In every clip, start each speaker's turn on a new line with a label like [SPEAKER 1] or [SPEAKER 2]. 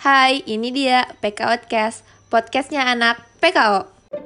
[SPEAKER 1] Hai, ini dia PKOdcast, podcastnya anak PKO.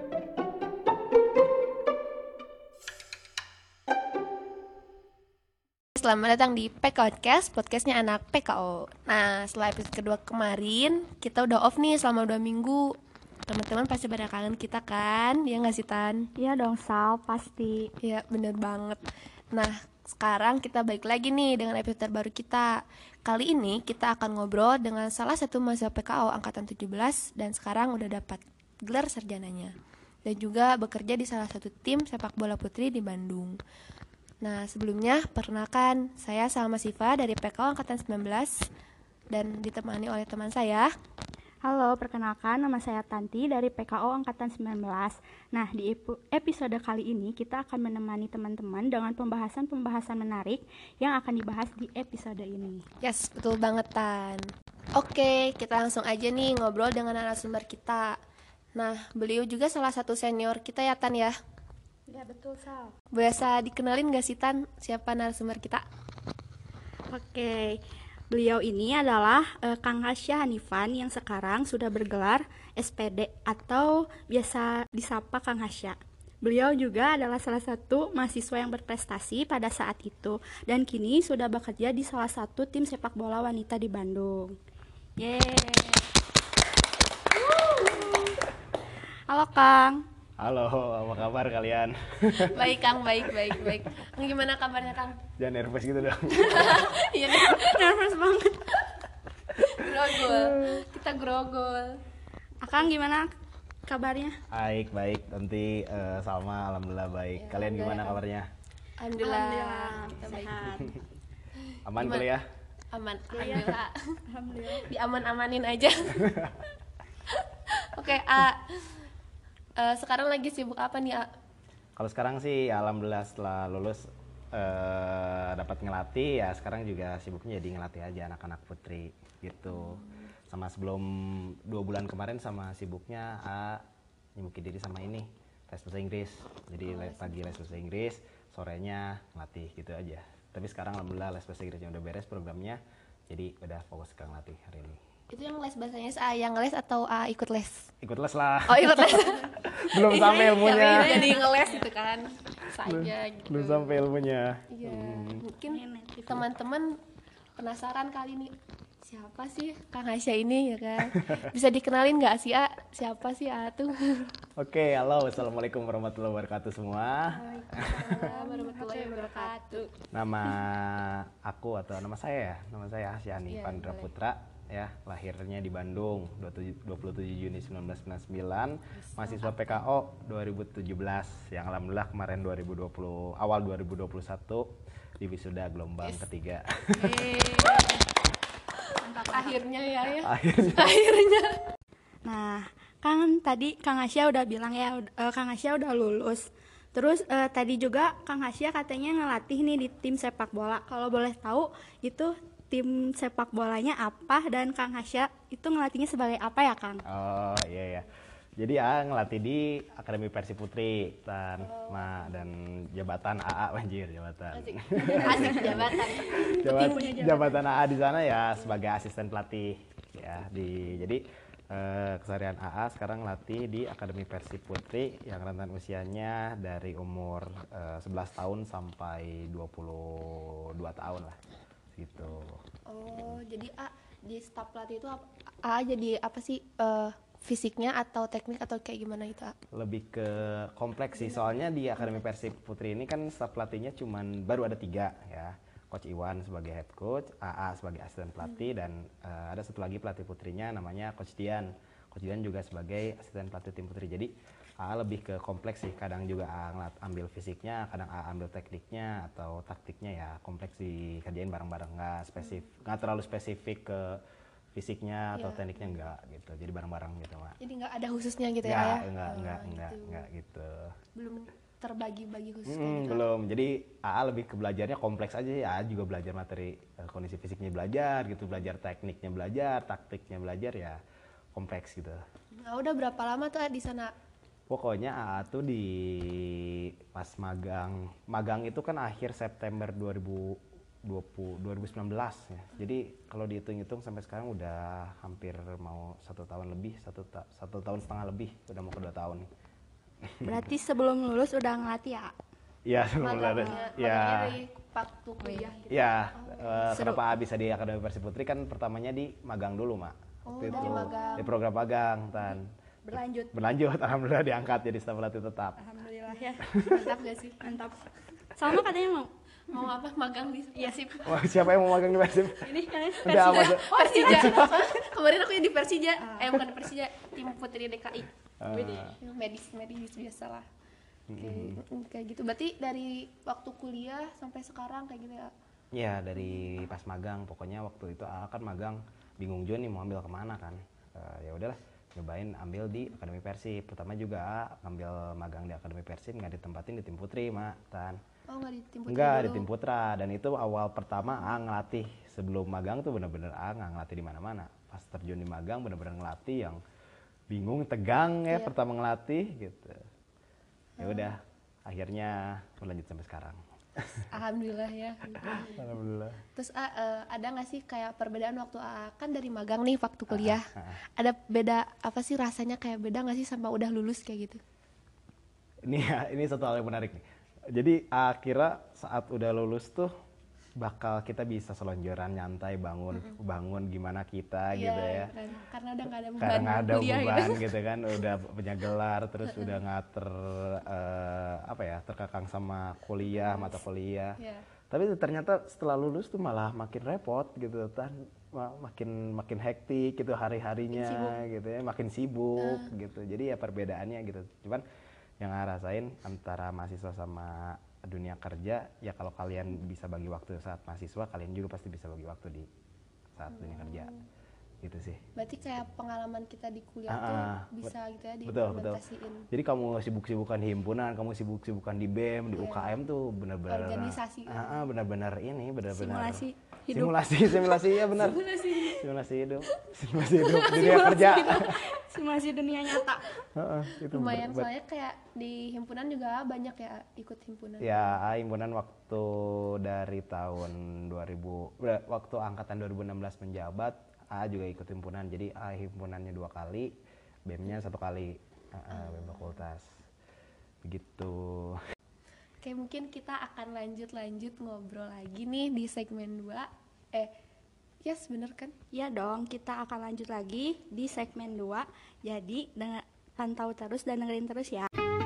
[SPEAKER 1] Selamat datang di PKOdcast, podcastnya anak PKO. Nah, setelah episode kedua kemarin, kita udah off nih selama 2 minggu. Teman-teman pasti pada kangen kita kan? Ya nggak sih, Tan?
[SPEAKER 2] Iya dong Sal, pasti.
[SPEAKER 1] Ya, bener banget. Nah, sekarang kita balik lagi nih dengan episode terbaru kita. Kali ini kita akan ngobrol dengan salah satu mahasiswa PKO Angkatan 17 dan sekarang udah dapat gelar sarjananya. Dan juga bekerja di salah satu tim sepak bola putri di Bandung. Nah, sebelumnya perkenalkan, saya Salma Siva dari PKO Angkatan 19 dan ditemani oleh teman saya.
[SPEAKER 2] Halo, perkenalkan nama saya Tanti dari PKO Angkatan 19. Nah, di episode kali ini kita akan menemani teman-teman dengan pembahasan-pembahasan menarik yang akan dibahas di episode ini.
[SPEAKER 1] Yes, betul banget, Tan. Oke, kita langsung aja nih ngobrol dengan narasumber kita. Nah, beliau juga salah satu senior kita ya, Tan ya.
[SPEAKER 2] Ya, betul Sal.
[SPEAKER 1] Biasa dikenalin gak sih, Tan, siapa narasumber kita?
[SPEAKER 2] Oke, beliau ini adalah Kang Hasya Hanifan yang sekarang sudah bergelar SPD atau biasa disapa Kang Hasya. Beliau juga adalah salah satu mahasiswa yang berprestasi pada saat itu dan kini sudah bekerja di salah satu tim sepak bola wanita di Bandung. Yeay. Halo Kang.
[SPEAKER 3] Halo, apa kabar kalian?
[SPEAKER 1] Baik, Kang, baik. Kang, gimana kabarnya, Kang?
[SPEAKER 3] Jangan nervous gitu dong.
[SPEAKER 1] Iya nih,
[SPEAKER 2] Nervous banget.
[SPEAKER 1] grogol. Kita grogol.
[SPEAKER 2] Akang gimana kabarnya?
[SPEAKER 3] Baik. Nanti Salma, alhamdulillah baik.
[SPEAKER 1] Ya,
[SPEAKER 3] Kalian gimana
[SPEAKER 1] alhamdulillah.
[SPEAKER 3] kabarnya?
[SPEAKER 1] Alhamdulillah. Kita baik.
[SPEAKER 2] Sehat.
[SPEAKER 3] Aman
[SPEAKER 1] Gimana?
[SPEAKER 3] kuliah?
[SPEAKER 1] Aman, alhamdulillah.
[SPEAKER 2] Alhamdulillah.
[SPEAKER 1] Diaman-amanin aja. Oke, sekarang lagi sibuk apa nih, A?
[SPEAKER 3] Kalau sekarang sih alhamdulillah setelah lulus dapat ngelatih ya, sekarang juga sibuknya jadi ngelatih aja anak-anak putri gitu. Sama sebelum 2 bulan kemarin sama sibuknya nyibukin diri sama ini les bahasa Inggris. Jadi pagi les bahasa Inggris, sorenya ngelatih gitu aja. Tapi sekarang alhamdulillah les bahasa Inggrisnya udah beres programnya, jadi udah fokus ke ngelatih hari ini.
[SPEAKER 1] Itu yang les bahasanya A yang les atau A ikut les?
[SPEAKER 3] Ikut les lah.
[SPEAKER 1] Oh, ikut les.
[SPEAKER 3] Belum sampai ilmunya.
[SPEAKER 1] Jadi ngeles gitu kan. Saja gitu.
[SPEAKER 3] Belum sampai ilmunya.
[SPEAKER 1] Iya. Mungkin teman-teman penasaran kali ini siapa sih Kang Hasya ini ya kan? Bisa dikenalin nggak sih, A? Siapa sih A tuh?
[SPEAKER 3] Oke, halo, assalamualaikum warahmatullahi wabarakatuh semua.
[SPEAKER 1] Waalaikumsalam warahmatullahi wabarakatuh.
[SPEAKER 3] Nama aku atau nama saya Hasya
[SPEAKER 1] Iya,
[SPEAKER 3] Pandra
[SPEAKER 1] boleh.
[SPEAKER 3] Putra. Ya, lahirnya di Bandung 27 Juni 1999, mahasiswa PKO 2017 yang alhamdulillah kemarin awal 2021 di wisuda gelombang ketiga.
[SPEAKER 1] Akhirnya ya.
[SPEAKER 3] Akhirnya.
[SPEAKER 2] Nah, kan tadi Kang Hasya udah bilang ya, Kang Hasya udah lulus. Terus tadi juga Kang Hasya katanya ngelatih nih di tim sepak bola. Kalau boleh tahu itu tim sepak bolanya apa dan Kang Hasya itu ngelatihnya sebagai apa ya Kang?
[SPEAKER 3] Oh iya. Jadi ngelatih di Akademi Persib Putri dan jabatan AA jabatan.
[SPEAKER 1] Asik jabatan.
[SPEAKER 3] Jabatan AA di sana ya sebagai asisten pelatih ya jadi keseharian AA sekarang latih di Akademi Persib Putri yang rentan usianya dari umur 11 tahun sampai 22 tahun lah gitu.
[SPEAKER 1] Oh, jadi A di staf pelatih itu A jadi apa sih? Fisiknya atau teknik atau kayak gimana itu, A?
[SPEAKER 3] Lebih ke kompleks sih, soalnya di Akademi Persib Putri ini kan staf pelatihnya baru ada 3 ya. Coach Iwan sebagai head coach, AA sebagai asisten pelatih, dan ada satu lagi pelatih putrinya namanya Coach Dian. Coach Dian juga sebagai asisten pelatih tim putri. Jadi AA lebih ke kompleks sih, kadang juga AA ambil fisiknya, kadang AA ambil tekniknya atau taktiknya ya kompleks dikerjain bareng-bareng, nggak terlalu spesifik ke fisiknya atau tekniknya enggak gitu, jadi bareng-bareng gitu Mak.
[SPEAKER 1] Jadi nggak ada khususnya gitu ya?
[SPEAKER 3] Enggak gitu.
[SPEAKER 1] Belum terbagi-bagi khusus kayak gitu.
[SPEAKER 3] Belum, jadi AA lebih ke belajarnya kompleks aja ya. AA juga belajar materi kondisi fisiknya belajar gitu, belajar tekniknya belajar, taktiknya belajar ya kompleks gitu.
[SPEAKER 1] Nah, udah berapa lama tuh di sana?
[SPEAKER 3] Pokoknya AA tuh di pas magang itu kan akhir September 2020 2019 ya. Jadi kalau dihitung-hitung sampai sekarang udah hampir mau 1 tahun lebih, 1 tahun setengah lebih, udah mau ke 2 tahun nih.
[SPEAKER 2] Berarti sebelum lulus udah ngelatih ya?
[SPEAKER 3] Ya sebelum lulus.
[SPEAKER 1] Magangnya
[SPEAKER 3] Ya,
[SPEAKER 1] dari waktu kuliah gitu.
[SPEAKER 3] ya. Kenapa bisa di Akademi Persib Putri kan pertamanya di magang dulu, Mak.
[SPEAKER 1] Oh,
[SPEAKER 3] Waktu
[SPEAKER 1] dari
[SPEAKER 3] itu
[SPEAKER 1] magang.
[SPEAKER 3] di program magang, berlanjut, alhamdulillah diangkat jadi staf pelatih tetap.
[SPEAKER 2] Alhamdulillah ya.
[SPEAKER 1] Mantap gak sih?
[SPEAKER 2] Mantap. Salma katanya
[SPEAKER 1] Mau apa? Magang di Persib.
[SPEAKER 3] Wah, siapa yang mau magang di Persib?
[SPEAKER 2] ini kan
[SPEAKER 3] Udah amat.
[SPEAKER 1] Persija. Kemarin aku yang di Persija. Bukan di Persija, tim Putri DKI. Medis biasa lah. Kayak gitu. Berarti dari waktu kuliah sampai sekarang kayak gitu ya?
[SPEAKER 3] Ya dari pas magang, pokoknya waktu itu kan magang bingung juga nih mau ambil kemana kan. Ya udahlah, nyobain ambil di Akademi Persib. Pertama juga ambil magang di Akademi Persib, nggak ditempatin di tim putri, Mak.
[SPEAKER 1] Oh, nggak di tim Putri
[SPEAKER 3] Enggak,
[SPEAKER 1] dulu.
[SPEAKER 3] di tim putra. Dan itu awal pertama ngelatih. Sebelum magang tuh bener-bener nggak ngelatih di mana-mana. Pas terjun di magang bener-bener ngelatih yang bingung, tegang ya pertama ngelatih gitu. Ya udah, akhirnya berlanjut sampai sekarang.
[SPEAKER 1] Alhamdulillah ya.
[SPEAKER 3] Alhamdulillah.
[SPEAKER 1] Terus ada nggak sih kayak perbedaan waktu kan dari magang nih waktu kuliah? Ada beda apa sih rasanya, kayak beda nggak sih sama udah lulus kayak gitu?
[SPEAKER 3] Ini satu hal yang menarik nih. Jadi kira saat udah lulus tuh bakal kita bisa selonjoran nyantai bangun gimana kita
[SPEAKER 1] Iya,
[SPEAKER 3] gitu ya.
[SPEAKER 1] kan. Karena udah nggak ada beban
[SPEAKER 3] Karena nggak ada
[SPEAKER 1] kuliah
[SPEAKER 3] beban
[SPEAKER 1] gitu.
[SPEAKER 3] gitu kan, udah punya gelar, terus udah nggak terkekang sama kuliah, mata kuliah.
[SPEAKER 1] Iya.
[SPEAKER 3] Tapi ternyata setelah lulus tuh malah makin repot gitu kan, makin hektik gitu hari-harinya gitu ya, makin sibuk gitu. Jadi ya perbedaannya gitu. Cuman yang ngerasain antara mahasiswa sama dunia kerja ya, kalau kalian bisa bagi waktu saat mahasiswa, kalian juga pasti bisa bagi waktu di saat dunia kerja gitu sih.
[SPEAKER 1] Berarti kayak pengalaman kita di kuliah tuh bisa gitu ya
[SPEAKER 3] Betul.
[SPEAKER 1] diimplementasiin.
[SPEAKER 3] Jadi kamu sibuk-sibukan di himpunan, kamu sibuk-sibukan di BEM, di UKM tuh benar-benar
[SPEAKER 1] Organisasi.
[SPEAKER 3] benar-benar
[SPEAKER 2] Simulasi hidup.
[SPEAKER 3] Simulasi ya benar. Simulasi hidup dunia kerja.
[SPEAKER 2] Simulasi dunia nyata.
[SPEAKER 3] Itu
[SPEAKER 1] Lumayan, soalnya kayak di himpunan juga banyak ya ikut himpunan.
[SPEAKER 3] ya himpunan waktu dari tahun 2000 waktu angkatan 2016 menjabat, juga ikut himpunan. Jadi himpunannya 2 kali, BEM-nya 1 kali, BEM fakultas begitu.
[SPEAKER 1] Oke, mungkin kita akan lanjut ngobrol lagi nih di segmen 2. Yes, bener kan?
[SPEAKER 2] Ya dong, kita akan lanjut lagi di segmen 2. Jadi pantau terus dan dengerin terus ya.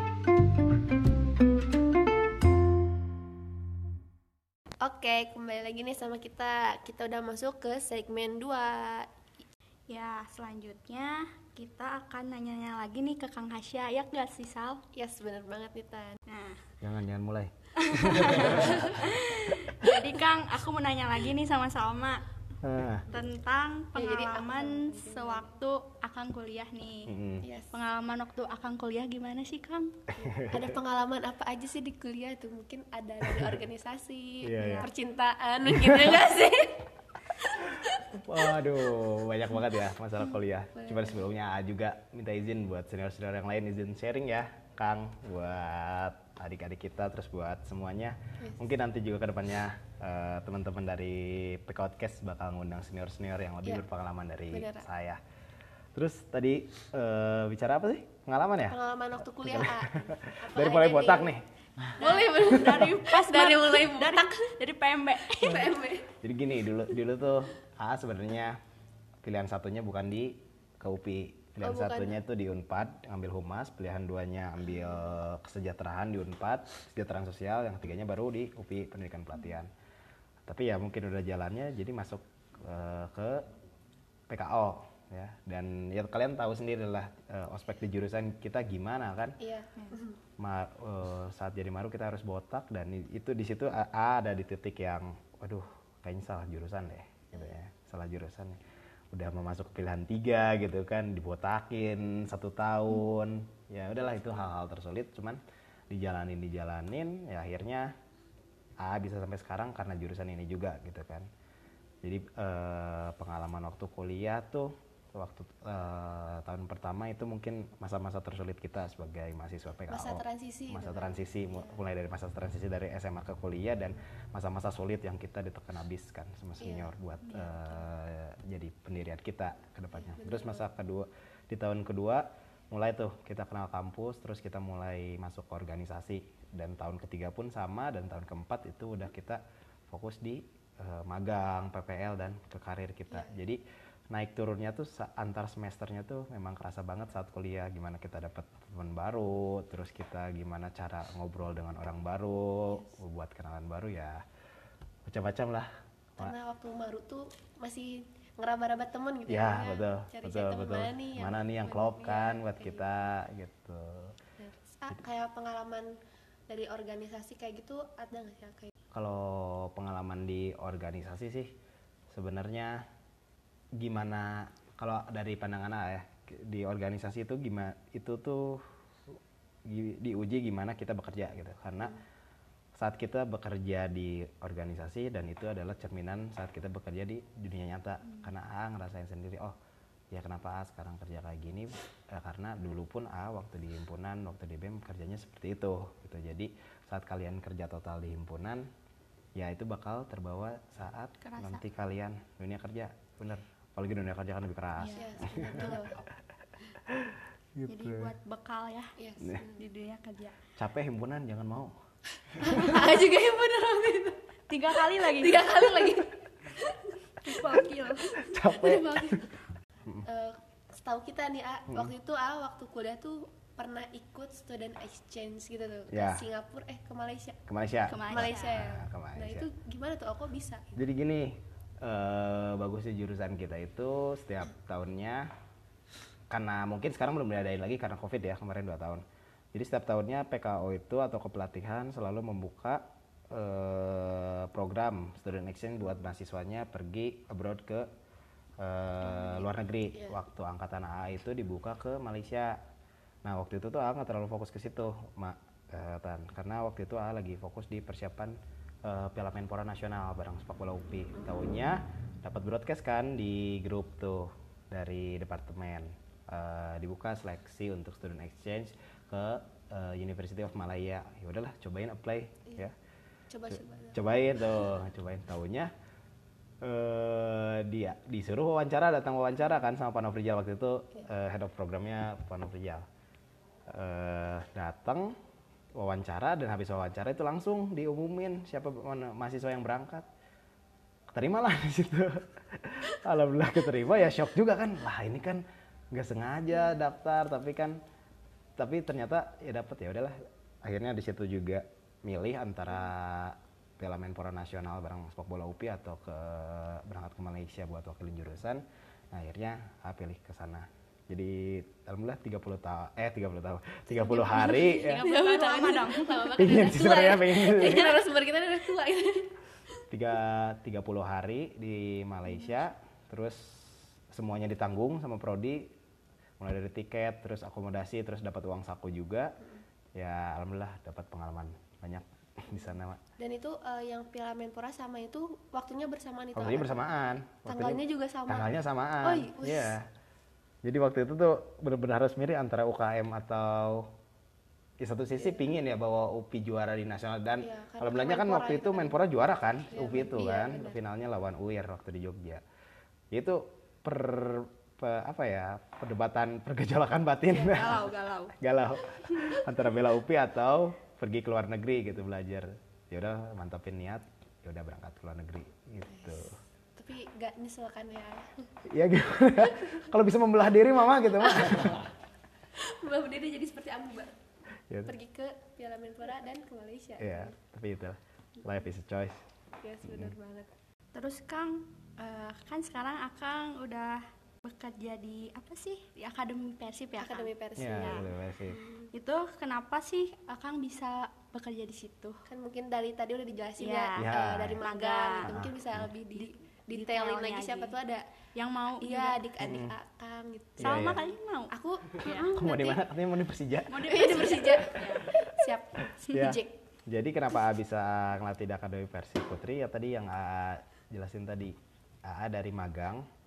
[SPEAKER 1] Oke, kembali lagi nih sama kita. Kita udah masuk ke segmen 2.
[SPEAKER 2] Ya, selanjutnya kita akan nanya-nanya lagi nih ke Kang Hasya. Ya nggak sih, Sal?
[SPEAKER 1] Yes, bener banget nih, Tan.
[SPEAKER 2] Nah,
[SPEAKER 3] Jangan mulai.
[SPEAKER 2] jadi Kang, aku mau nanya lagi nih sama Salma tentang
[SPEAKER 1] Ya, jadi
[SPEAKER 2] pengalaman sewaktu Akang kuliah nih.
[SPEAKER 1] Yes.
[SPEAKER 2] Pengalaman waktu Akang kuliah gimana sih, Kang?
[SPEAKER 1] Ada pengalaman apa aja sih di kuliah itu? Mungkin ada dari organisasi,
[SPEAKER 3] Iya.
[SPEAKER 1] percintaan, mungkin ya nggak sih?
[SPEAKER 3] Waduh, banyak banget ya masalah kuliah. Cuman sebelumnya juga minta izin buat senior-senior yang lain, izin sharing ya, Kang, buat adik-adik kita, terus buat semuanya. Mungkin nanti juga ke depannya teman-teman dari PKOdcast bakal ngundang senior-senior yang lebih berpengalaman dari saya. Terus tadi bicara apa sih? Pengalaman ya?
[SPEAKER 1] Pengalaman waktu kuliah.
[SPEAKER 3] Dari mulai botak nih.
[SPEAKER 1] Boleh, dari pas dari mulai botak
[SPEAKER 2] Dari PMB.
[SPEAKER 1] PMB.
[SPEAKER 3] Jadi gini, dulu tuh sebenarnya pilihan satunya bukan di KUPI. Pilihan satunya tuh di Unpad, ngambil humas. Pilihan 2-nya ambil kesejahteraan di Unpad, kesejahteraan sosial. Yang 3-nya baru di UPI, pendidikan pelatihan. Tapi ya mungkin udah jalannya, jadi masuk ke PKO ya. Dan ya kalian tahu sendiri lah ospek di jurusan kita gimana kan.
[SPEAKER 1] Iya.
[SPEAKER 3] Saat jadi maru kita harus botak, dan itu di situ ada di titik yang waduh kayaknya salah jurusan deh gitu ya, salah jurusan nih. Udah mau masuk ke pilihan 3 gitu kan, dibotakin 1 tahun. Ya udahlah, itu hal-hal tersulit, cuman dijalanin ya akhirnya bisa sampai sekarang karena jurusan ini juga gitu kan. Jadi pengalaman waktu kuliah tuh waktu tahun pertama itu mungkin masa-masa tersulit kita sebagai mahasiswa PKO.
[SPEAKER 1] Masa transisi.
[SPEAKER 3] Masa transisi, mulai dari masa transisi dari SMA ke kuliah dan masa-masa sulit yang kita ditekan habis kan sama senior buat jadi pendirian kita ke depannya. Terus masa kedua, di tahun kedua mulai tuh kita kenal kampus, terus kita mulai masuk ke organisasi, dan tahun ketiga pun sama, dan tahun keempat itu udah kita fokus di magang, PPL, dan ke karir kita. Jadi naik turunnya tuh antar semesternya tuh memang kerasa banget saat kuliah, gimana kita dapat teman baru, terus kita gimana cara ngobrol dengan orang baru, buat kenalan baru, ya macam-macam lah.
[SPEAKER 1] Karena waktu baru tuh masih ngeraba-raba temen gitu
[SPEAKER 3] Ya,
[SPEAKER 1] ya.
[SPEAKER 3] betul,
[SPEAKER 1] Cari-cari temen
[SPEAKER 3] betul.
[SPEAKER 1] Mana
[SPEAKER 3] Mana nih yang klop kan buat kita gitu.
[SPEAKER 1] Kayak pengalaman dari organisasi kayak gitu ada nggak sih kayak?
[SPEAKER 3] Kalau pengalaman di organisasi sih sebenarnya gimana, kalau dari pandangan A ya, di organisasi itu gimana, itu tuh diuji gimana kita bekerja gitu. Karena saat kita bekerja di organisasi, dan itu adalah cerminan saat kita bekerja di dunia nyata. Karena A ngerasain sendiri, oh ya kenapa A sekarang kerja kayak gini, karena dulu pun A waktu di himpunan, waktu di BEM kerjanya seperti itu gitu. Jadi saat kalian kerja total di himpunan, ya itu bakal terbawa saat nanti kalian dunia kerja, bener. Apalagi dunia kerja kan lebih keras.
[SPEAKER 1] Yes, betul.
[SPEAKER 3] Gitu.
[SPEAKER 2] Jadi buat bekal ya
[SPEAKER 1] Yes.
[SPEAKER 2] di dunia kerja.
[SPEAKER 3] Capek himpunan, jangan mau.
[SPEAKER 1] Aku juga yang bener waktu itu.
[SPEAKER 2] 3 kali lagi.
[SPEAKER 1] 3 kali lagi.
[SPEAKER 2] Gokil.
[SPEAKER 3] Capek.
[SPEAKER 1] Setahu kita nih waktu itu waktu kuliah tuh pernah ikut student exchange gitu tuh
[SPEAKER 3] Ya.
[SPEAKER 1] ke Singapura, ke Malaysia.
[SPEAKER 3] Ke Malaysia.
[SPEAKER 2] Ke
[SPEAKER 1] Malaysia ya.
[SPEAKER 3] Nah, ke Malaysia.
[SPEAKER 1] Nah itu gimana tuh? Aku bisa.
[SPEAKER 3] Jadi gini, bagusnya jurusan kita itu setiap tahunnya, karena mungkin sekarang belum diadain lagi karena COVID ya, kemarin 2 tahun. Jadi setiap tahunnya PKO itu atau kepelatihan selalu membuka program student exchange buat mahasiswanya pergi abroad ke luar negeri. Waktu angkatan AA itu dibuka ke Malaysia. Nah waktu itu tuh AA nggak terlalu fokus ke situ, karena waktu itu AA lagi fokus di persiapan Piala Menpora Nasional bareng sepak bola UPI. Tahunnya dapat broadcast kan di grup tuh dari departemen, dibuka seleksi untuk student exchange ke University of Malaya. Ya udahlah, cobain apply ya. Cobain tahunnya dia disuruh datang wawancara kan sama Pak Nofrijal waktu itu, head of programnya Pak Nofrijal. Datang wawancara, dan habis wawancara itu langsung diumumin siapa mahasiswa yang berangkat. Terimalah di situ. Alhamdulillah keterima, ya shock juga kan. Wah, ini kan nggak sengaja daftar, tapi ternyata ya dapet. Ya udahlah. Akhirnya di situ juga milih antara Piala Menpora Nasional bareng sepak bola UPI atau berangkat ke Malaysia buat wakilin jurusan. Nah, akhirnya pilih ke sana. Jadi alhamdulillah 30 hari ya.
[SPEAKER 2] 30 lama dong.
[SPEAKER 3] Pengen sih sebenarnya, pengen.
[SPEAKER 1] Narasumber kita udah tua ini.
[SPEAKER 3] 30 hari di Malaysia, terus semuanya ditanggung sama prodi, mulai dari tiket, terus akomodasi, terus dapat uang saku juga. Ya alhamdulillah dapat pengalaman banyak di sana, Mak.
[SPEAKER 1] Dan itu yang Piala Menpora sama itu waktunya bersamaan itu.
[SPEAKER 3] Waktunya bersamaan.
[SPEAKER 1] Tanggalnya juga sama.
[SPEAKER 3] Tanggalnya samaan.
[SPEAKER 1] Oh,
[SPEAKER 3] iya. Jadi waktu itu tuh benar-benar harus milih antara UKM atau di satu sisi pingin ya bahwa UPI juara di nasional, dan alhamdulillahnya kan waktu itu Menpora juara kan, UPI itu kan, finalnya lawan UIR waktu di Jogja. Itu perdebatan, pergejolakan batin. Galau. Antara bela UPI atau pergi ke luar negeri gitu belajar. Ya udah mantapin niat, ya udah berangkat ke luar negeri gitu.
[SPEAKER 1] Tapi gak nyesel kan ya?
[SPEAKER 3] Ya gimana? Kalau bisa membelah diri mama gitu mah.
[SPEAKER 1] Membelah diri jadi seperti Ambar.
[SPEAKER 3] Ya.
[SPEAKER 1] Pergi ke Piala Menpora dan ke Malaysia.
[SPEAKER 3] Iya, tapi itu life is a choice.
[SPEAKER 1] Yes, benar banget.
[SPEAKER 2] Terus Kang, kan sekarang Akang udah bekerja di apa sih? Di Akademi Persib ya, Kang?
[SPEAKER 1] Akademi Persib.
[SPEAKER 3] Ya, Persib.
[SPEAKER 2] Itu kenapa sih Akang bisa bekerja di situ?
[SPEAKER 1] Kan mungkin dari tadi udah dijelasin
[SPEAKER 2] Ya.
[SPEAKER 1] dari magang gitu. Mungkin bisa lebih detailin lagi, siapa tuh ada
[SPEAKER 2] yang mau
[SPEAKER 1] iya adik-adik Akang gitu.
[SPEAKER 2] sama kali mau.
[SPEAKER 1] Aku
[SPEAKER 3] Mau di mana? Katanya mau di Persija.
[SPEAKER 1] iya di Persija. Siap.
[SPEAKER 3] Ya.
[SPEAKER 1] Jack.
[SPEAKER 3] Jadi kenapa A bisa ngelatih di Akademi Persib Putri? Ya tadi yang AA jelasin tadi. AA dari magang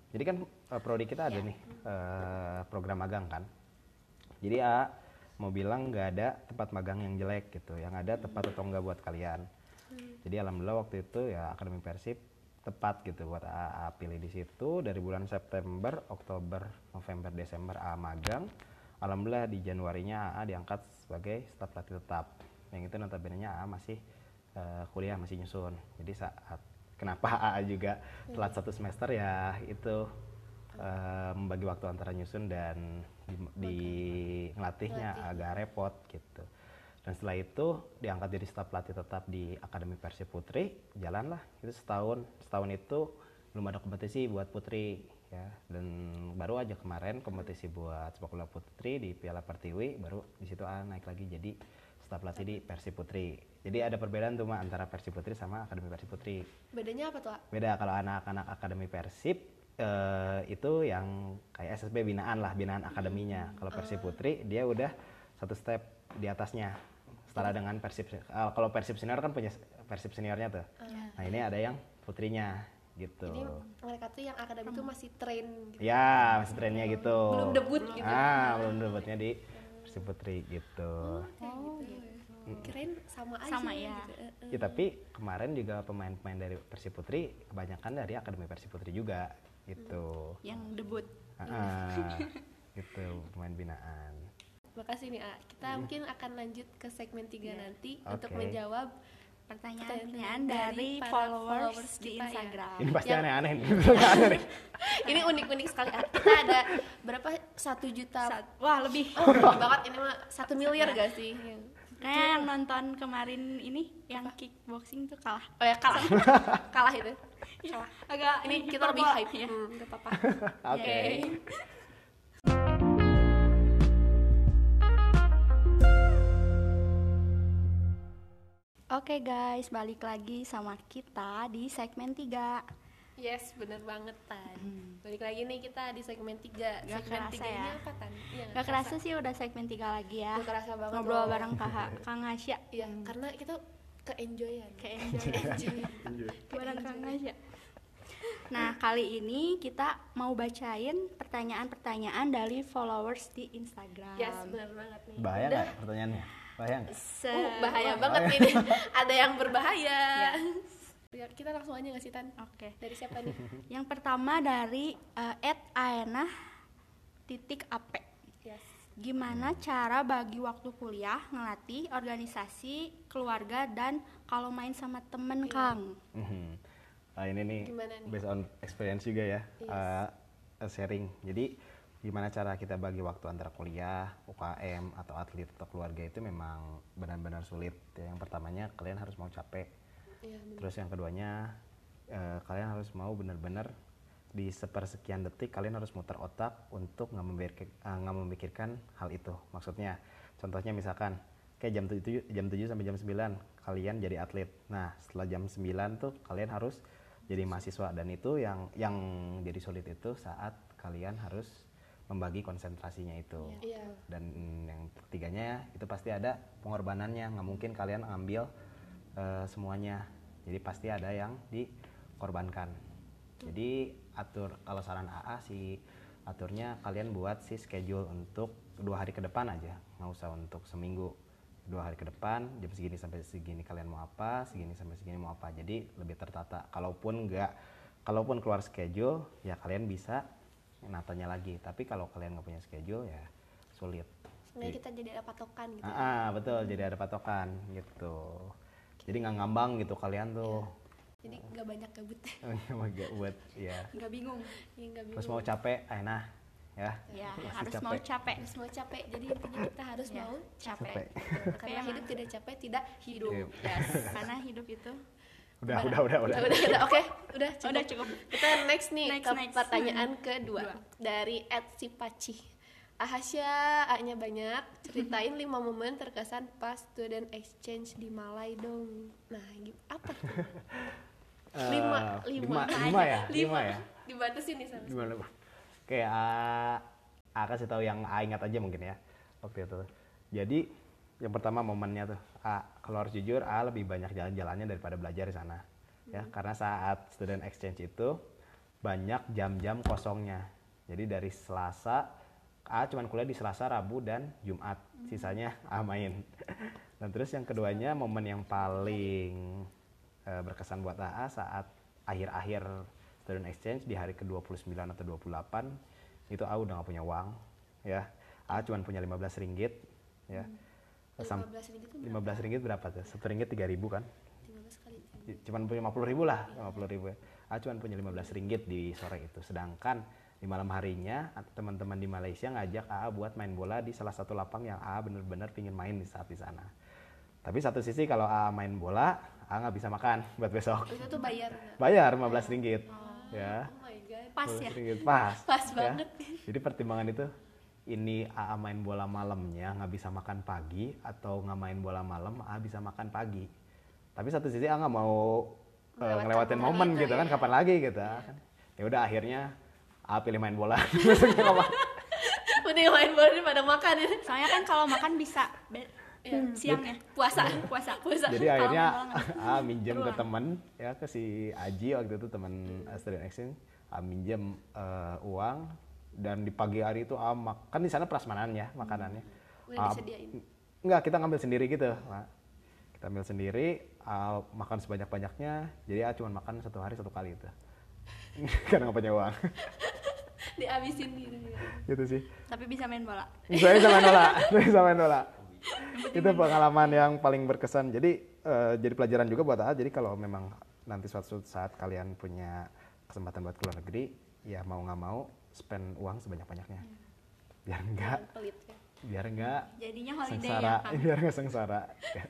[SPEAKER 3] Jadi kan prodi kita ada nih program magang kan. Jadi A mau bilang nggak ada tempat magang yang jelek gitu, yang ada tepat atau enggak buat kalian. Jadi alhamdulillah waktu itu ya Akademi Persib tepat gitu buat A pilih di situ. Dari bulan September, Oktober, November, Desember A magang. Alhamdulillah di Januarinya AA diangkat sebagai staf pelatih tetap. Yang itu notabene-nya AA masih kuliah, masih nyusun. Jadi saat kenapa AA juga telat 1 semester ya itu membagi waktu antara nyusun dan di ngelatihnya agak repot gitu. Dan setelah itu diangkat jadi staf pelatih tetap di Akademi Persib Putri, jalanlah itu setahun itu belum ada kompetisi buat putri ya, dan baru aja kemarin kompetisi buat sepak bola putri di Piala Pertiwi, baru di situ naik lagi jadi staf pelatih di Persib Putri. Jadi ada perbedaan tuh antara Persib Putri sama Akademi Persib Putri.
[SPEAKER 1] Bedanya apa tuh?
[SPEAKER 3] Beda kalau anak-anak Akademi Persib itu yang kayak SSB binaan lah, binaan akademinya. Kalau Persib Putri dia udah satu step di atasnya, setara dengan Persib. Kalau Persib senior kan punya Persib seniornya tuh. Nah ini ada yang putrinya gitu.
[SPEAKER 1] Jadi mereka tuh yang akademi tuh masih train gitu.
[SPEAKER 3] Ya masih trennya gitu.
[SPEAKER 1] Belum debut gitu.
[SPEAKER 3] Belum debutnya di Persib Putri gitu.
[SPEAKER 1] Kirain sama aja
[SPEAKER 2] Sama ya.
[SPEAKER 1] gitu.
[SPEAKER 3] Ya tapi kemarin juga pemain-pemain dari Persib Putri kebanyakan dari Akademi Persib Putri juga gitu.
[SPEAKER 2] Yang debut.
[SPEAKER 3] Gitu pemain binaan.
[SPEAKER 1] Makasih nih A. Kita mungkin akan lanjut ke segmen 3 nanti untuk
[SPEAKER 3] Oke.
[SPEAKER 1] menjawab
[SPEAKER 2] Pertanyaan-pertanyaan
[SPEAKER 1] dari
[SPEAKER 2] dari
[SPEAKER 1] para
[SPEAKER 2] followers
[SPEAKER 1] followers
[SPEAKER 2] di
[SPEAKER 1] kita ya.
[SPEAKER 2] Instagram.
[SPEAKER 3] Ini pasti
[SPEAKER 1] Yang-
[SPEAKER 3] aneh-aneh nih.
[SPEAKER 1] ini unik-unik sekali A. Kita ada berapa 1 juta.
[SPEAKER 2] Wah, lebih.
[SPEAKER 1] Oh, lebih banget ini mah 1 miliar gak sih?
[SPEAKER 2] Kayak yang nonton kemarin ini yang kickboxing tuh kalah.
[SPEAKER 1] Oh ya kalah. Kalah itu. Kalah.
[SPEAKER 2] Agak
[SPEAKER 1] Ini kita lebih
[SPEAKER 2] hiperbola.
[SPEAKER 1] hype.
[SPEAKER 2] Ya.
[SPEAKER 1] Gak apa-apa.
[SPEAKER 3] Oke.
[SPEAKER 2] Oke guys, balik lagi sama kita di segmen 3.
[SPEAKER 1] Yes, bener banget Tan. Balik lagi nih kita di segmen 3.
[SPEAKER 2] Gak
[SPEAKER 1] Segmen
[SPEAKER 2] kerasa
[SPEAKER 1] 3 ini
[SPEAKER 2] ya.
[SPEAKER 1] apa Tan? Iya,
[SPEAKER 2] Gak kerasa sih udah segmen 3 lagi ya.
[SPEAKER 1] Gak kerasa banget
[SPEAKER 2] Ngobrol
[SPEAKER 1] loh.
[SPEAKER 2] bareng Kang Asya.
[SPEAKER 1] Iya, karena kita ke-enjoyan.
[SPEAKER 2] Enjoy bareng Kang Asya. Nah, kali ini kita mau bacain pertanyaan-pertanyaan dari followers di Instagram.
[SPEAKER 1] Yes, bener banget nih.
[SPEAKER 3] Bahaya
[SPEAKER 1] Udah.
[SPEAKER 3] nggak pertanyaannya? Bahaya nggak?
[SPEAKER 1] Bahaya banget ini. Ada yang berbahaya.
[SPEAKER 2] Ya.
[SPEAKER 1] Ya, kita langsung aja nggak sih Tan?
[SPEAKER 2] Oke.
[SPEAKER 1] Dari siapa nih?
[SPEAKER 2] Yang pertama dari @aenah_ap.
[SPEAKER 1] Yes.
[SPEAKER 2] Gimana cara bagi waktu kuliah, ngelatih, organisasi, keluarga, dan kalau main sama temen, Kang?
[SPEAKER 3] Nah, ini nih
[SPEAKER 1] Gimana nih?
[SPEAKER 3] based on experience juga ya,
[SPEAKER 1] Yes.
[SPEAKER 3] sharing. Jadi gimana cara kita bagi waktu antara kuliah, UKM atau atlet atau keluarga itu memang benar-benar sulit. Yang pertamanya kalian harus mau capek.
[SPEAKER 1] Iya, bener.
[SPEAKER 3] Terus yang keduanya kalian harus mau benar-benar di sepersekian detik kalian harus muter otak untuk nggak memikirkan hal itu. Maksudnya, contohnya misalkan kayak jam 7 sampai jam 9 kalian jadi atlet. Nah, setelah jam 9 tuh kalian harus jadi mahasiswa, dan itu yang jadi sulit itu saat kalian harus membagi konsentrasinya itu.
[SPEAKER 1] Iya.
[SPEAKER 3] Dan yang ketiganya itu pasti ada pengorbanannya, nggak mungkin kalian ngambil semuanya, jadi pasti ada yang dikorbankan. Jadi atur, kalau saran AA sih aturnya kalian buat si schedule untuk 2 hari ke depan aja, nggak usah untuk seminggu. 2 hari ke depan jam segini sampai segini kalian mau apa, segini sampai segini mau apa, jadi lebih tertata. Kalaupun keluar schedule ya kalian bisa natanya lagi, tapi kalau kalian nggak punya schedule ya sulit.
[SPEAKER 1] Sebenarnya kita jadi ada patokan gitu.
[SPEAKER 3] Betul, jadi ada patokan gitu. Jadi nggak ngambang gitu kalian tuh.
[SPEAKER 1] Jadi nggak banyak gabut.
[SPEAKER 3] Agak buat ya.
[SPEAKER 2] Nggak bingung.
[SPEAKER 1] Ya, nggak bingung.
[SPEAKER 3] Terus mau capek, nah ya.
[SPEAKER 2] Ya,
[SPEAKER 3] Pasti
[SPEAKER 2] harus mau capek.
[SPEAKER 1] Harus mau capek. Jadi intinya kita harus
[SPEAKER 2] Ya,
[SPEAKER 1] mau capek.
[SPEAKER 3] Capek.
[SPEAKER 1] Karena
[SPEAKER 2] Emang.
[SPEAKER 1] hidup tidak capek tidak hidup.
[SPEAKER 3] Iya.
[SPEAKER 2] Yes, karena hidup itu
[SPEAKER 3] Udah.
[SPEAKER 1] Udah, oke, udah cukup.
[SPEAKER 2] udah cukup.
[SPEAKER 1] Kita next nih
[SPEAKER 2] Next,
[SPEAKER 1] ke
[SPEAKER 2] next.
[SPEAKER 1] pertanyaan kedua dari @sipaci. Ahasya, A-nya banyak. Ceritain 5 momen terkesan pas student exchange di Malai dong. Nah, apa tuh? Lima
[SPEAKER 3] ya.
[SPEAKER 1] Dibatasin nih sama.
[SPEAKER 3] Gimana? Kayak A kasih tahu yang A ingat aja mungkin ya waktu itu. Jadi yang pertama momennya tuh kalau harus jujur lebih banyak jalan-jalannya daripada belajar di sana. Ya, karena saat student exchange itu banyak jam-jam kosongnya. Jadi dari Selasa, A cuman kuliah di Selasa, Rabu, dan Jumat. Sisanya A main. Dan terus yang keduanya momen yang paling berkesan buat AA saat akhir-akhir student exchange di hari ke-29 atau 28 itu A udah gak punya uang ya. A cuma punya 15 ringgit ya. 15 ringgit berapa tuh? 1 ringgit 3.000 kan?
[SPEAKER 1] 15 kali.
[SPEAKER 3] Cuman punya 50.000 lah, 50.000 ya. A cuma punya 15 ringgit di sore itu. Sedangkan di malam harinya teman-teman di Malaysia ngajak AA buat main bola di salah satu lapang yang AA benar-benar pingin main di saat di sana. Tapi satu sisi kalau AA main bola, AA nggak bisa makan buat besok.
[SPEAKER 1] Itu tuh bayar nggak?
[SPEAKER 3] Bayar 15 ringgit. Ya.
[SPEAKER 1] Oh my god.
[SPEAKER 2] Pas ya.
[SPEAKER 3] Ringgit, pas.
[SPEAKER 1] Pas
[SPEAKER 3] ya.
[SPEAKER 1] banget.
[SPEAKER 3] Jadi pertimbangan itu ini AA main bola malamnya nggak bisa makan pagi atau nggak main bola malam AA bisa makan pagi. Tapi satu sisi AA nggak mau ngelewatin momen gitu kan, kapan lagi gitu kan. Ya udah akhirnya AA pilih main bola.
[SPEAKER 1] Mending main bola daripada makan ya.
[SPEAKER 2] Soalnya kan kalau makan bisa siangnya
[SPEAKER 1] Puasa.
[SPEAKER 3] Jadi akhirnya AA minjem ke temen ya, ke si Aji waktu itu teman student exchange. AA minjem uang dan di pagi hari itu AA kan di sana prasmanan ya makanannya.
[SPEAKER 1] Udah disediain.
[SPEAKER 3] Enggak, kita ngambil sendiri gitu. Kita ambil sendiri, makan sebanyak-banyaknya. Jadi AA cuma makan satu hari satu kali itu. Karena nggak punya uang.
[SPEAKER 1] Dihabisin gitu.
[SPEAKER 3] Gitu sih.
[SPEAKER 2] tapi bisa main bola.
[SPEAKER 3] Saya bisa main bola. Itu pengalaman yang paling berkesan. Jadi jadi pelajaran juga buat AA. Jadi kalau memang nanti suatu saat kalian punya kesempatan buat keluar negeri, ya mau nggak mau spend uang sebanyak-banyaknya. Biar enggak
[SPEAKER 2] Jadinya holiday
[SPEAKER 3] sengsara,
[SPEAKER 2] ya kan.
[SPEAKER 3] biar nggak sengsara.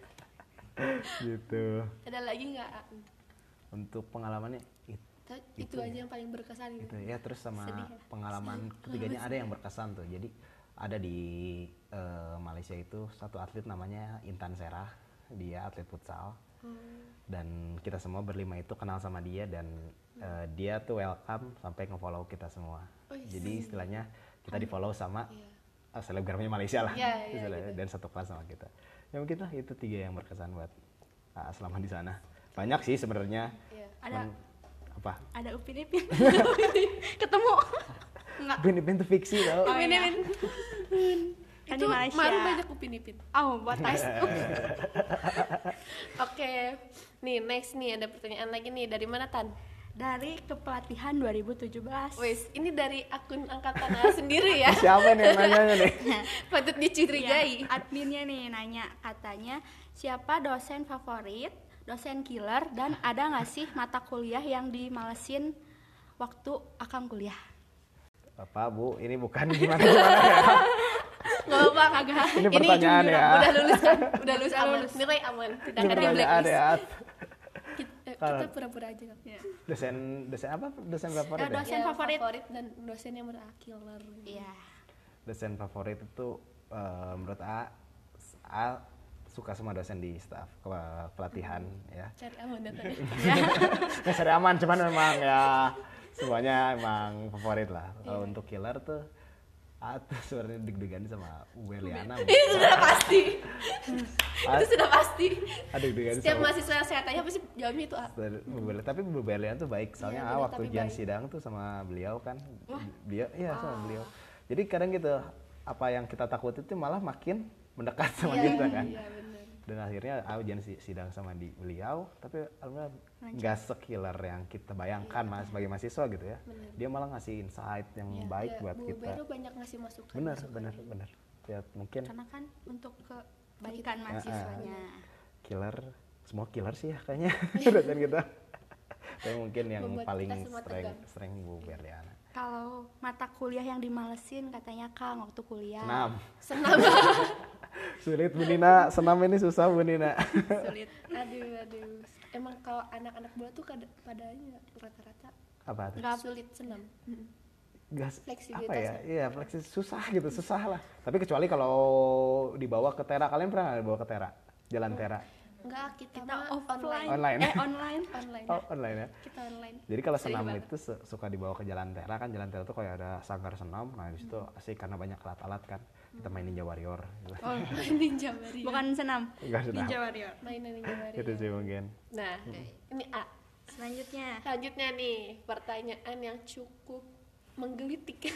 [SPEAKER 3] Gitu.
[SPEAKER 1] Ada lagi nggak?
[SPEAKER 3] Untuk pengalamannya
[SPEAKER 1] Itu aja yang paling berkesan gitu.
[SPEAKER 3] itu ya. Terus sama
[SPEAKER 1] Sedih ya?
[SPEAKER 3] pengalaman ketiganya ada yang berkesan tuh. Jadi ada di Malaysia itu satu atlet namanya Intan Serah. Dia atlet futsal. Dan kita semua berlima itu kenal sama dia dan dia tuh welcome sampai nge-follow kita semua. Jadi istilahnya kita di-follow sama selebgramnya Malaysia lah.
[SPEAKER 1] Iya, gitu.
[SPEAKER 3] Dan satu kelas sama kita. Ya mungkin lah itu 3 yang berkesan buat selama di sana. Banyak sih sebenarnya.
[SPEAKER 2] Ada
[SPEAKER 3] Apa?
[SPEAKER 2] ada Upin Ipin. Ketemu. Enggak.
[SPEAKER 3] Upin Ipin tuh fiksi tau.
[SPEAKER 2] Oh, iya. Kan
[SPEAKER 1] Itu
[SPEAKER 2] di Malaysia.
[SPEAKER 1] baru banyak Upin Ipin.
[SPEAKER 2] Oh, buat tes.
[SPEAKER 1] Oke. Nih, next nih ada pertanyaan lagi nih. Dari mana, Tan?
[SPEAKER 2] Dari kepelatihan 2017.
[SPEAKER 1] Wes, ini dari akun angkatan A sendiri ya.
[SPEAKER 3] Siapa nih yang nanyanya nih?
[SPEAKER 1] Patut dicurigai.
[SPEAKER 2] Adminnya nih nanya, katanya siapa dosen favorit, dosen killer, dan ada nggak sih mata kuliah yang dimalesin waktu akang kuliah?
[SPEAKER 3] Bapak, Bu, ini bukan gimana-gimana ya.
[SPEAKER 1] Nggak apa-apa, kagak.
[SPEAKER 3] Ini pertanyaan
[SPEAKER 1] jujur,
[SPEAKER 3] ya.
[SPEAKER 1] Udah lulus kan? Udah lulus aman. Nilai aman. Tidak
[SPEAKER 3] Ini
[SPEAKER 1] akan di
[SPEAKER 3] pertanyaan
[SPEAKER 1] blacklist.
[SPEAKER 3] ya.
[SPEAKER 1] Kita pura-pura aja kan.
[SPEAKER 3] Dosen apa? Dosen favorit ya?
[SPEAKER 2] Dosen favorit.
[SPEAKER 1] dan dosen yang killer.
[SPEAKER 2] Iya.
[SPEAKER 3] Dosen favorit itu menurut A suka sama dosen di staff pelatihan ya.
[SPEAKER 1] Cari aman data.
[SPEAKER 3] Ya cari aman, cuman memang ya semuanya emang favorit lah. Kalau untuk killer tuh tuh sebenarnya deg-degan sama Bu Eliana.
[SPEAKER 1] Itu sudah pasti. Itu sudah pasti.
[SPEAKER 3] Deg-degan
[SPEAKER 1] Setiap
[SPEAKER 3] sama
[SPEAKER 1] mahasiswa yang saya tanya pasti jawabnya itu A.
[SPEAKER 3] tapi Bu Eliana tuh baik. Soalnya
[SPEAKER 1] Iya, bener,
[SPEAKER 3] waktu
[SPEAKER 1] tapi
[SPEAKER 3] ujian
[SPEAKER 1] baik.
[SPEAKER 3] sidang tuh sama beliau kan. Dia sama beliau. Jadi kadang gitu apa yang kita takut itu malah makin mendekat sama kita kan.
[SPEAKER 1] Iya, benar.
[SPEAKER 3] Dan akhirnya ujian sidang sama di beliau, tapi alhamdulillah nggak sekiller yang kita bayangkan mas sebagai mahasiswa gitu ya. Dia malah ngasih insight yang baik buat
[SPEAKER 1] Bu
[SPEAKER 3] kita.
[SPEAKER 1] Bero banyak ngasih masukan.
[SPEAKER 3] Benar. Ya mungkin
[SPEAKER 2] Karena kan untuk kebaikan mahasiswanya.
[SPEAKER 3] killer, semua killer sih ya kayaknya dosen kita. Tapi mungkin yang
[SPEAKER 1] Membuat
[SPEAKER 3] paling
[SPEAKER 1] kita semua tegang.
[SPEAKER 3] strength Bu Berliana.
[SPEAKER 2] Kalau mata kuliah yang dimalesin katanya Kang waktu kuliah.
[SPEAKER 3] Senam. Sulit Bu Nina, senam ini susah Bu Nina.
[SPEAKER 2] Sulit.
[SPEAKER 1] Aduh. Emang kalau anak-anak bola tuh padanya rata-rata
[SPEAKER 3] Apa tuh?
[SPEAKER 1] sulit senam.
[SPEAKER 3] Gas,
[SPEAKER 1] Fleksibilitas
[SPEAKER 3] apa ya? Iya, fleksibilitas susah lah. Tapi kecuali kalau dibawa ke Tera, kalian pernah nggak dibawa ke Tera? Jalan Tera.
[SPEAKER 1] Enggak, kita
[SPEAKER 2] Kita
[SPEAKER 1] mah
[SPEAKER 2] offline.
[SPEAKER 3] Online.
[SPEAKER 2] Online.
[SPEAKER 1] Online.
[SPEAKER 3] Oh, online ya.
[SPEAKER 1] Kita online.
[SPEAKER 3] Jadi kalau
[SPEAKER 1] Sering
[SPEAKER 3] senam
[SPEAKER 1] banget.
[SPEAKER 3] itu suka dibawa ke Jalan Tera kan. Jalan Tera tuh kayak ada sanggar senam. Nah, di situ asik karena banyak alat-alat kan. Kita main Ninja Warrior gitu.
[SPEAKER 2] Oh,
[SPEAKER 1] Ninja Warrior.
[SPEAKER 2] bukan senam.
[SPEAKER 3] Enggak senam.
[SPEAKER 2] Ninja Warrior.
[SPEAKER 1] Mainan Ninja Warrior.
[SPEAKER 3] Itu sih mungkin.
[SPEAKER 1] Nah, ini A. Selanjutnya nih, pertanyaan yang cukup menggelitik.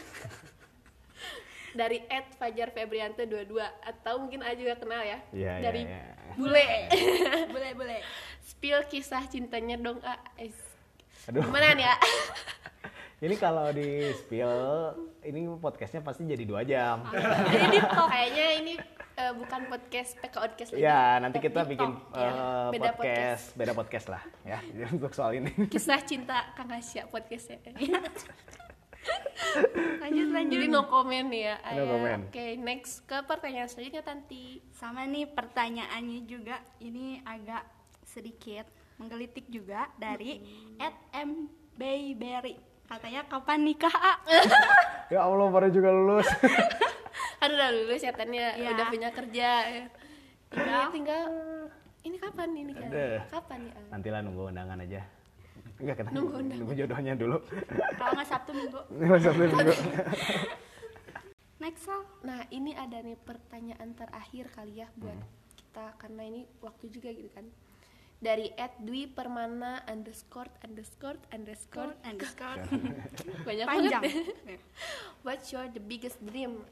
[SPEAKER 1] Dari @Fajar Febrianto 22 atau mungkin A juga kenal ya.
[SPEAKER 3] Iya,
[SPEAKER 1] Dari
[SPEAKER 3] iya.
[SPEAKER 1] Bule.
[SPEAKER 2] Boleh.
[SPEAKER 1] Spill kisah cintanya dong, A.
[SPEAKER 3] Aduh.
[SPEAKER 1] Gimana nih, A?
[SPEAKER 3] Ini kalau di spill, ini podcastnya pasti jadi 2 jam.
[SPEAKER 1] Jadi deep talk. Kayaknya ini bukan podcast PKOdcast lagi.
[SPEAKER 3] Ya, nanti kita
[SPEAKER 1] Deep
[SPEAKER 3] bikin
[SPEAKER 1] talk, ya. Beda
[SPEAKER 3] beda podcast lah ya untuk soal ini.
[SPEAKER 1] Kisah cinta Kang Hasya podcastnya.
[SPEAKER 2] Lanjut.
[SPEAKER 1] Jadi no comment nih ya.
[SPEAKER 3] No comment.
[SPEAKER 1] Oke, next ke pertanyaan selanjutnya Tanti.
[SPEAKER 2] Sama nih pertanyaannya juga, ini agak sedikit menggelitik juga dari @mbayberry. Katanya kapan nikah, A?
[SPEAKER 3] Ya Allah, baru juga lulus.
[SPEAKER 1] Kan udah lulus ya Tan ya,
[SPEAKER 2] Iya.
[SPEAKER 1] udah punya kerja. Tinggal ini kapan nih nikah?
[SPEAKER 3] Aduh.
[SPEAKER 1] Kapan ya?
[SPEAKER 3] Nantilah nunggu undangan aja. Enggak kenapa?
[SPEAKER 1] Nunggu undangan.
[SPEAKER 3] Nunggu jodohnya dulu.
[SPEAKER 2] Kalau nggak Sabtu Minggu.
[SPEAKER 3] Sabtu Minggu.
[SPEAKER 2] Next, Sal.
[SPEAKER 1] Nah, ini ada nih pertanyaan terakhir kali ya buat kita karena ini waktu juga gitu kan. Dari @dwi_permana____. Banyak
[SPEAKER 2] Panjang.
[SPEAKER 1] banget. What's your the biggest dream?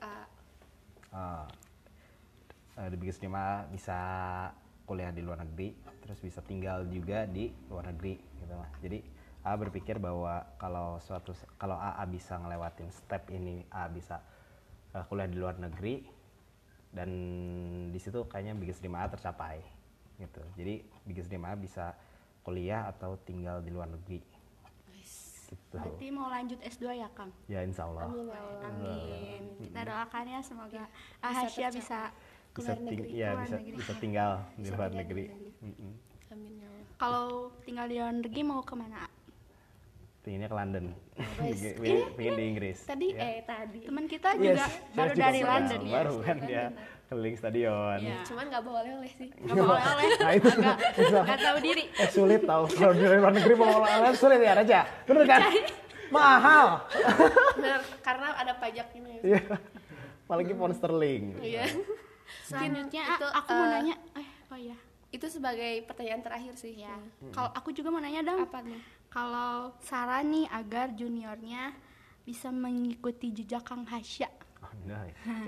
[SPEAKER 3] The biggest dream bisa kuliah di luar negeri, terus bisa tinggal juga di luar negeri gitu lah. Jadi A berpikir bahwa kalau AA bisa ngelewatin step ini, A bisa kuliah di luar negeri, dan di situ kayaknya biggest dream A tercapai gitu. Jadi biggest dream A bisa kuliah atau tinggal di luar negeri. Gitu.
[SPEAKER 2] Berarti mau lanjut S2 ya, Kang?
[SPEAKER 3] Ya insya Allah.
[SPEAKER 1] Amin ya Allah.
[SPEAKER 2] Amin. Kita doakan ya semoga
[SPEAKER 1] Bisa
[SPEAKER 2] Hasya
[SPEAKER 1] tercapai.
[SPEAKER 2] bisa
[SPEAKER 3] Bisa,
[SPEAKER 1] Keluar negeri.
[SPEAKER 3] bisa tinggal di
[SPEAKER 1] Bisa
[SPEAKER 3] luar
[SPEAKER 1] tinggal di
[SPEAKER 3] negeri.
[SPEAKER 1] luar negeri.
[SPEAKER 3] Mm-mm.
[SPEAKER 1] Amin ya Allah.
[SPEAKER 2] kalau tinggal di luar negeri mau kemana?
[SPEAKER 3] Pinginnya ke London.
[SPEAKER 1] Wes.
[SPEAKER 3] Pingin di Inggris.
[SPEAKER 1] Tadi
[SPEAKER 3] ya.
[SPEAKER 1] tadi.
[SPEAKER 2] Teman kita
[SPEAKER 3] Yes,
[SPEAKER 2] juga
[SPEAKER 3] saya
[SPEAKER 2] baru
[SPEAKER 3] juga
[SPEAKER 2] dari
[SPEAKER 3] pernah.
[SPEAKER 2] London ya.
[SPEAKER 3] Baru kan dia keliling stadion.
[SPEAKER 2] Iya.
[SPEAKER 1] Cuman nggak bawa oleh-oleh sih.
[SPEAKER 2] Nggak mau oleh,
[SPEAKER 3] Nah itu
[SPEAKER 2] nggak tahu diri.
[SPEAKER 3] sulit tahu kalau di luar negeri mau oleh-oleh sulit ya Raja. Bener kan? Mahal.
[SPEAKER 1] Benar, karena ada pajak ini.
[SPEAKER 3] Iya. Apalagi pound sterling.
[SPEAKER 1] Iya.
[SPEAKER 2] Selanjutnya
[SPEAKER 1] itu,
[SPEAKER 2] aku mau nanya, oh iya.
[SPEAKER 1] Itu sebagai pertanyaan terakhir sih.
[SPEAKER 2] Ya. Kalau aku juga mau nanya dong.
[SPEAKER 1] Apa nih?
[SPEAKER 2] Kalau saran nih agar juniornya bisa mengikuti jejak Kang Hasya.
[SPEAKER 3] Oh, nah.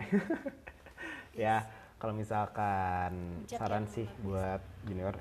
[SPEAKER 3] Ya, kalau misalkan
[SPEAKER 1] Bijak
[SPEAKER 3] saran
[SPEAKER 1] ya,
[SPEAKER 3] sih buat junior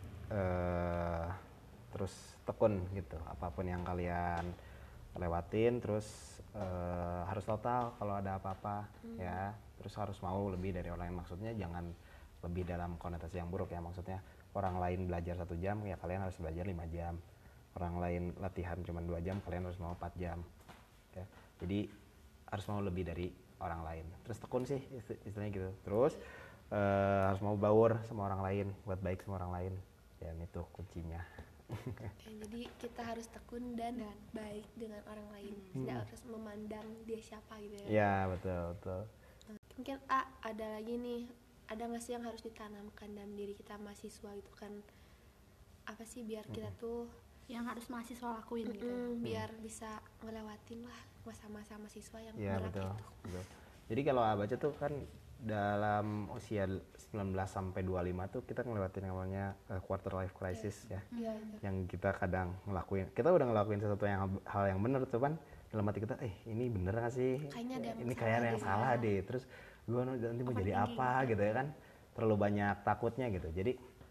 [SPEAKER 3] terus tekun gitu. Apapun yang kalian lewatin terus harus total kalau ada apa-apa ya. Terus harus mau lebih dari orang lain, maksudnya jangan lebih dalam konotasi yang buruk ya, maksudnya orang lain belajar 1 jam ya kalian harus belajar 5 jam, orang lain latihan cuma 2 jam kalian harus mau 4 jam ya. Jadi harus mau lebih dari orang lain, terus tekun sih istilahnya gitu. Terus harus mau baur sama orang lain, buat baik sama orang lain, dan itu kuncinya.
[SPEAKER 1] Jadi kita harus tekun dan baik dengan orang lain. Tidak harus memandang dia siapa gitu ya.
[SPEAKER 3] Ya betul.
[SPEAKER 1] Mungkin ada lagi nih, ada nggak sih yang harus ditanamkan dalam diri kita mahasiswa itu kan, apa sih biar kita tuh
[SPEAKER 2] Yang harus mahasiswa lakuin gitu.
[SPEAKER 1] biar bisa ngelewatin lah masa-masa mahasiswa yang
[SPEAKER 3] Iya
[SPEAKER 1] berat
[SPEAKER 3] betul,
[SPEAKER 1] itu.
[SPEAKER 3] betul. Jadi kalau baca tuh kan dalam usia 19 sampai 25 tuh kita ngelewatin namanya quarter life crisis ya.
[SPEAKER 1] Iya, itu.
[SPEAKER 3] Yang kita kadang ngelakuin, kita udah ngelakuin sesuatu hal yang benar tuh kan, dalam hati kita ini bener gak sih?
[SPEAKER 1] Kayaknya ada yang
[SPEAKER 3] Ini
[SPEAKER 1] salah
[SPEAKER 3] kayaknya ada yang
[SPEAKER 1] deh.
[SPEAKER 3] salah deh. Terus gue nanti mau jadi apa gitu ya kan? Terlalu banyak takutnya gitu. Jadi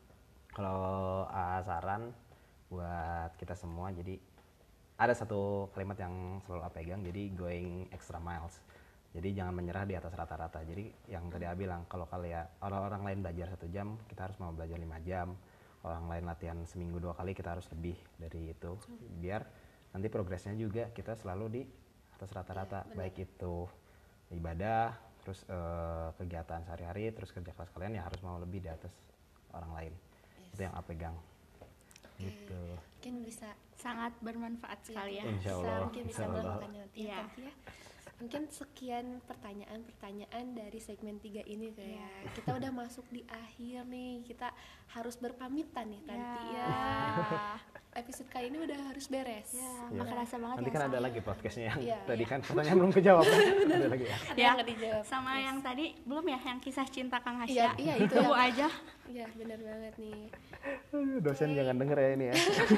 [SPEAKER 3] kalau saran buat kita semua, jadi ada satu kalimat yang selalu pegang, jadi going extra miles. Jadi jangan menyerah di atas rata-rata. Jadi yang tadi A bilang, kalau kalian orang lain belajar 1 jam, kita harus mau belajar 5 jam. Orang lain latihan seminggu 2 kali, kita harus lebih dari itu. Biar nanti progresnya juga kita selalu di atas rata-rata. Baik itu ibadah, terus kegiatan sehari-hari, terus kerja keras kalian ya harus mau lebih di atas orang lain. Itu yang A pegang. Gitu.
[SPEAKER 1] Mungkin bisa
[SPEAKER 2] Sangat bermanfaat sekali ya.
[SPEAKER 3] Insya Allah.
[SPEAKER 1] mungkin bisa
[SPEAKER 3] Insya Allah.
[SPEAKER 1] melakukannya nanti ya,
[SPEAKER 2] Iya.
[SPEAKER 1] Tanti ya. Mungkin sekian pertanyaan-pertanyaan dari segmen 3 ini tuh ya. Kita udah masuk di akhir nih. Kita harus berpamitan nih Tanti ya. episode kali ini udah harus beres.
[SPEAKER 2] Ya,
[SPEAKER 3] Iya.
[SPEAKER 2] nggak kerasa banget
[SPEAKER 3] Nanti
[SPEAKER 2] ya.
[SPEAKER 3] kan ada
[SPEAKER 2] Sam.
[SPEAKER 3] lagi podcastnya yang
[SPEAKER 1] Iya,
[SPEAKER 3] tadi
[SPEAKER 1] iya.
[SPEAKER 3] kan pertanyaan belum kejawab. Ada lagi ya.
[SPEAKER 1] Ada
[SPEAKER 2] Ya,
[SPEAKER 1] yang nggak dijawab.
[SPEAKER 2] sama yang tadi belum ya, yang kisah cinta Kang Hasya.
[SPEAKER 1] Iya, iya, itu
[SPEAKER 2] Tunggu
[SPEAKER 1] yang-
[SPEAKER 2] aja.
[SPEAKER 1] Iya, benar banget nih.
[SPEAKER 3] Aduh, dosen jangan denger ya ini ya.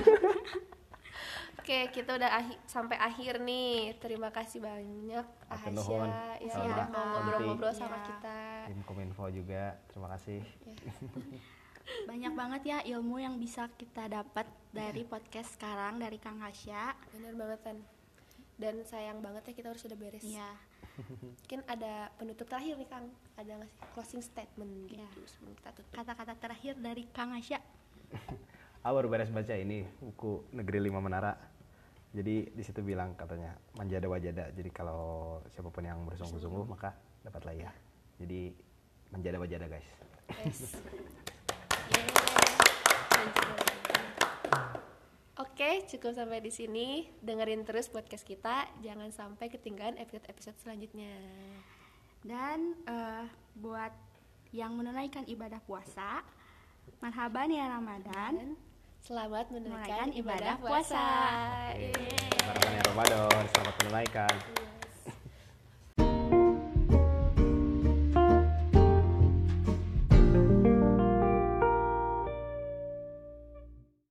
[SPEAKER 1] Oke, kita udah sampai akhir nih. Terima kasih banyak
[SPEAKER 3] Hatur nuhun.
[SPEAKER 1] Ahasya ya
[SPEAKER 3] Sama
[SPEAKER 1] udah mau
[SPEAKER 3] Santi.
[SPEAKER 1] ngobrol-ngobrol sama
[SPEAKER 2] Iya.
[SPEAKER 1] kita.
[SPEAKER 3] Tim Kominfo juga, terima kasih.
[SPEAKER 2] Banyak banget ya ilmu yang bisa kita dapat dari podcast sekarang dari Kang Hasya.
[SPEAKER 1] Benar banget kan. Dan sayang banget ya kita harus sudah beres.
[SPEAKER 2] Iya.
[SPEAKER 1] Mungkin ada penutup terakhir nih Kang. Ada nggak sih closing statement gitu
[SPEAKER 2] Iya.
[SPEAKER 1] sebelum kita tutup?
[SPEAKER 2] Kata-kata terakhir dari Kang Hasya.
[SPEAKER 3] Baru beres baca ini buku Negeri Lima Menara. Jadi di situ bilang katanya manjada wajada. Jadi kalau siapapun yang bersungguh-sungguh maka dapatlah ya. Jadi manjada wajada guys.
[SPEAKER 1] Yes. Yeay. Oke, cukup sampai di sini. Dengerin terus podcast kita. Jangan sampai ketinggalan episode-episode selanjutnya.
[SPEAKER 2] Dan buat yang menunaikan ibadah puasa, marhaban ya Ramadan.
[SPEAKER 1] Dan selamat menunaikan
[SPEAKER 2] Menunaikan
[SPEAKER 1] ibadah
[SPEAKER 2] ibadah puasa.
[SPEAKER 1] puasa. Yeay.
[SPEAKER 3] Selamat Ramadan, selamat menunaikan.